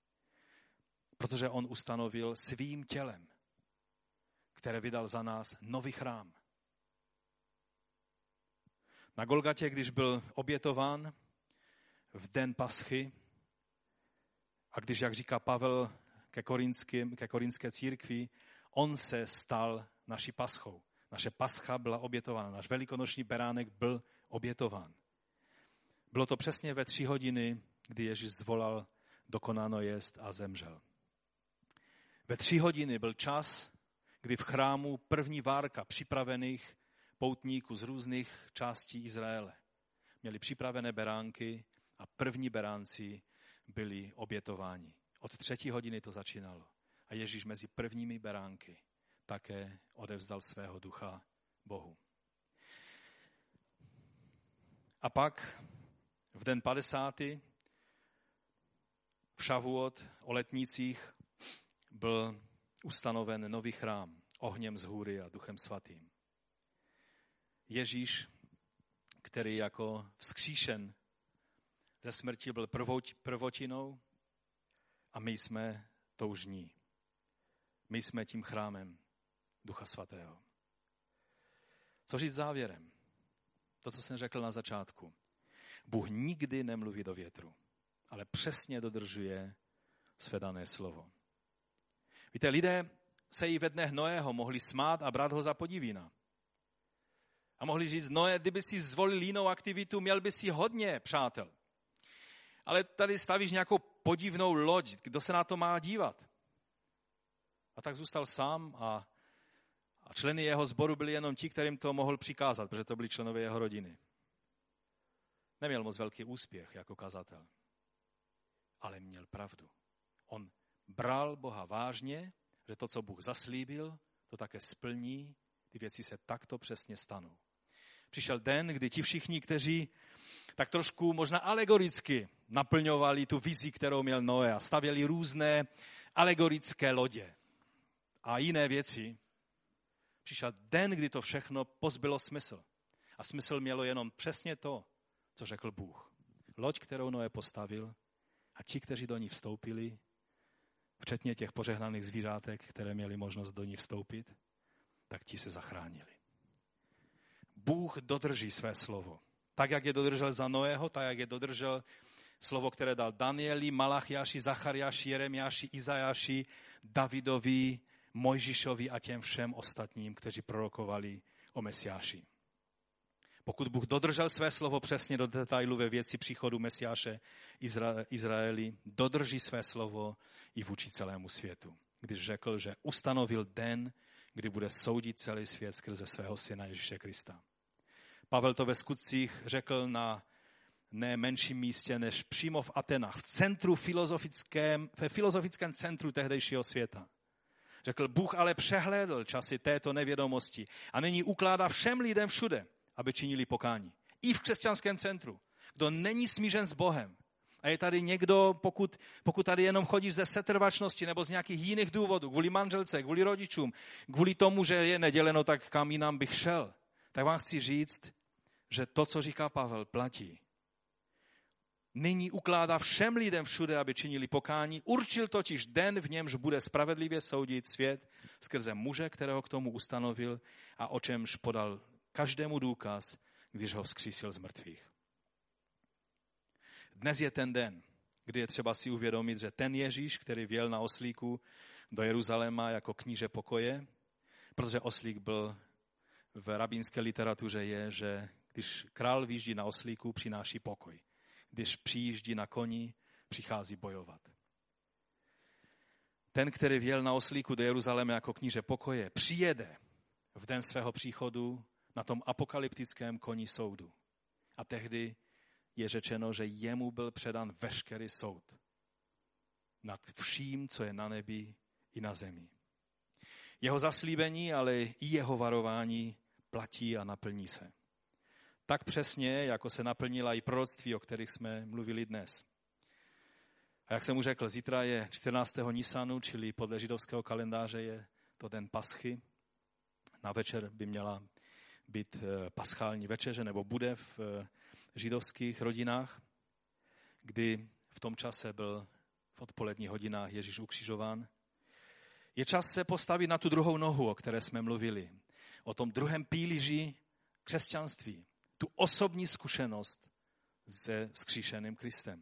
Protože on ustanovil svým tělem, které vydal za nás, nový chrám. Na Golgatě, když byl obětován v den paschy a když, jak říká Pavel ke, korinským, ke korinské církvi, on se stal naší paschou. Naše pascha byla obětována, náš velikonoční beránek byl obětován. Bylo to přesně ve tři hodiny, kdy Ježíš zvolal dokonáno jest a zemřel. Ve tři hodiny byl čas, kdy v chrámu první várka připravených poutníků z různých částí Izraele měli připravené beránky a první beránci byli obětováni. Od třetí hodiny to začínalo. A Ježíš mezi prvními beránky také odevzdal svého ducha Bohu. A pak v den padesátý v Šavuot o letnících byl ustanoven nový chrám ohněm z hůry a duchem svatým. Ježíš, který jako vzkříšen ze smrti byl prvotinou a my jsme toužní. My jsme tím chrámem Ducha Svatého. Co říct závěrem? To, co jsem řekl na začátku. Bůh nikdy nemluví do větru, ale přesně dodržuje své dané slovo. Víte, lidé se i ve dnech Noého mohli smát a brát ho za podivína. A mohli říct, Noé, kdyby si zvolil jinou aktivitu, měl by si hodně přátel. Ale tady stavíš nějakou podivnou loď, kdo se na to má dívat? A tak zůstal sám a, a členy jeho sboru byli jenom ti, kterým to mohl přikázat, protože to byli členové jeho rodiny. Neměl moc velký úspěch jako kazatel, ale měl pravdu. On bral Boha vážně, že to, co Bůh zaslíbil, to také splní, ty věci se takto přesně stanou. Přišel den, kdy ti všichni, kteří tak trošku možná alegoricky naplňovali tu vizi, kterou měl Noé a stavěli různé alegorické lodě a jiné věci. Přišel den, kdy to všechno pozbylo smysl. A smysl mělo jenom přesně to, co řekl Bůh. Loď, kterou Noé postavil a ti, kteří do ní vstoupili, včetně těch požehnaných zvířátek, které měli možnost do ní vstoupit, tak ti se zachránili. Bůh dodrží své slovo. Tak, jak je dodržel za Noého, tak, jak je dodržel slovo, které dal Danieli, Malachiáši, Zachariáši, Jeremiáši, Izajáši, Davidovi, Mojžišovi a těm všem ostatním, kteří prorokovali o Mesiáši. Pokud Bůh dodržel své slovo přesně do detailu ve věci příchodu Mesiáše Izra- Izraeli, dodrží své slovo i vůči celému světu. Když řekl, že ustanovil den, kdy bude soudit celý svět skrze svého syna Ježíše Krista. Pavel to ve Skutcích řekl na ne menším místě než přímo v Atenách, v centru filozofickém, ve filozofickém centru tehdejšího světa. Řekl, Bůh ale přehlédl časy této nevědomosti a nyní ukládá všem lidem všude, aby činili pokání. I v křesťanském centru. Kdo není smířen s Bohem. A je tady někdo, pokud, pokud tady jenom chodíš ze setrvačnosti nebo z nějakých jiných důvodů, kvůli manželce, kvůli rodičům, kvůli tomu, že je neděle, no tak kam jinam bych šel, tak vám chci říct, že to, co říká Pavel, platí. Nyní ukládá všem lidem všude, aby činili pokání. Určil totiž den, v němž bude spravedlivě soudit svět skrze muže, kterého k tomu ustanovil a o čemž podal každému důkaz, když ho vzkřísil z mrtvých. Dnes je ten den, kdy je třeba si uvědomit, že ten Ježíš, který vjel na oslíku do Jeruzaléma jako kníže pokoje, protože oslík byl v rabínské literatuře je, že když král vyjíždí na oslíku, přináší pokoj. Když přijíždí na koni, přichází bojovat. Ten, který vjel na oslíku do Jeruzaléma jako kníže pokoje, přijede v den svého příchodu na tom apokalyptickém koni soudu. A tehdy je řečeno, že jemu byl předán veškerý soud nad vším, co je na nebi i na zemi. Jeho zaslíbení, ale i jeho varování platí a naplní se. Tak přesně, jako se naplnila i proroctví, o kterých jsme mluvili dnes. A jak jsem už řekl, zítra je čtrnáctého Nisanu, čili podle židovského kalendáře je to den Paschy. Na večer by měla být paschální večeře, nebo bude v židovských rodinách, kdy v tom čase byl v odpoledních hodinách Ježíš ukřižován. Je čas se postavit na tu druhou nohu, o které jsme mluvili. O tom druhém píliži křesťanství. Tu osobní zkušenost se vzkříšeným Kristem.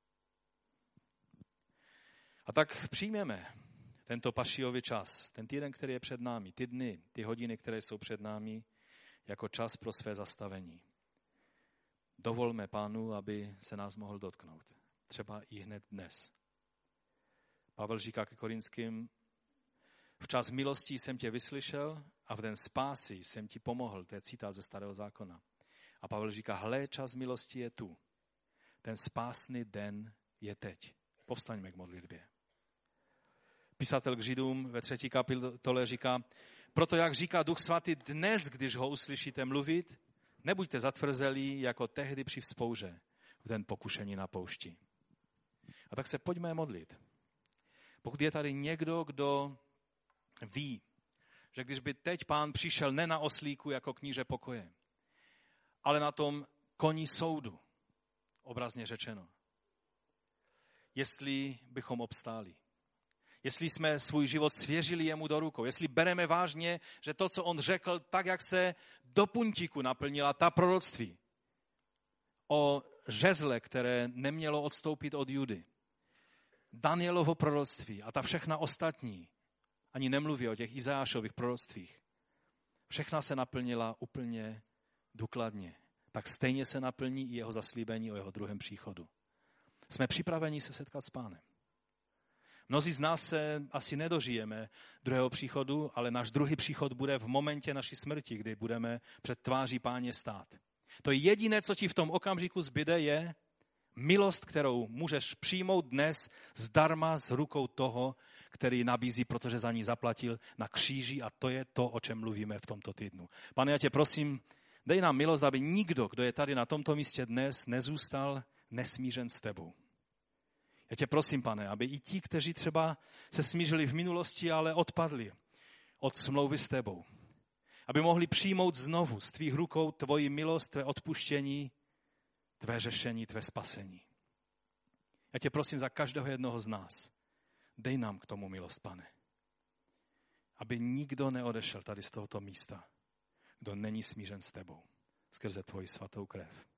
A tak přijměme tento pašiový čas, ten týden, který je před námi, ty dny, ty hodiny, které jsou před námi, jako čas pro své zastavení. Dovolme Pánu, aby se nás mohl dotknout. Třeba i hned dnes. Pavel říká ke Korinským, v čas milosti jsem tě vyslyšel a v den spásy jsem ti pomohl. To je citát ze Starého zákona. A Pavel říká, hle, čas milosti je tu. Ten spásný den je teď. Povstaňme k modlitbě. Písatel k Židům ve třetí kapitole říká, proto jak říká Duch Svatý dnes, když ho uslyšíte mluvit, nebuďte zatvrzelí jako tehdy při vzpouře v den pokušení na poušti. A tak se pojďme modlit. Pokud je tady někdo, kdo ví, že když by teď Pán přišel ne na oslíku jako kníže pokoje, ale na tom koni soudu, obrazně řečeno, jestli bychom obstáli, jestli jsme svůj život svěřili jemu do rukou, jestli bereme vážně, že to, co on řekl, tak jak se do puntíku naplnila ta proroctví o žezle, které nemělo odstoupit od Judy, Danielovo proroctví a ta všechna ostatní, ani nemluví o těch Izajášových proroctvích, všechna se naplnila úplně důkladně. Tak stejně se naplní i jeho zaslíbení o jeho druhém příchodu. Jsme připraveni se setkat s Pánem. Mnozí z nás se asi nedožijeme druhého příchodu, ale náš druhý příchod bude v momentě naší smrti, kdy budeme před tváří Páně stát. To jediné, co ti v tom okamžiku zbyde, je milost, kterou můžeš přijmout dnes zdarma z rukou toho, který nabízí, protože za ní zaplatil na kříži, a to je to, o čem mluvíme v tomto týdnu. Pane, já tě prosím, Dej nám milost, aby nikdo, kdo je tady na tomto místě dnes, nezůstal nesmířen s tebou. Já tě prosím, Pane, aby i ti, kteří třeba se smířili v minulosti, ale odpadli od smlouvy s tebou, aby mohli přijmout znovu z tvých rukou tvoji milost, tvé odpuštění, tvé řešení, tvé spasení. Já tě prosím za každého jednoho z nás. Dej nám k tomu milost, Pane. Aby nikdo neodešel tady z tohoto místa, kdo není smířen s tebou skrze tvoji svatou krev.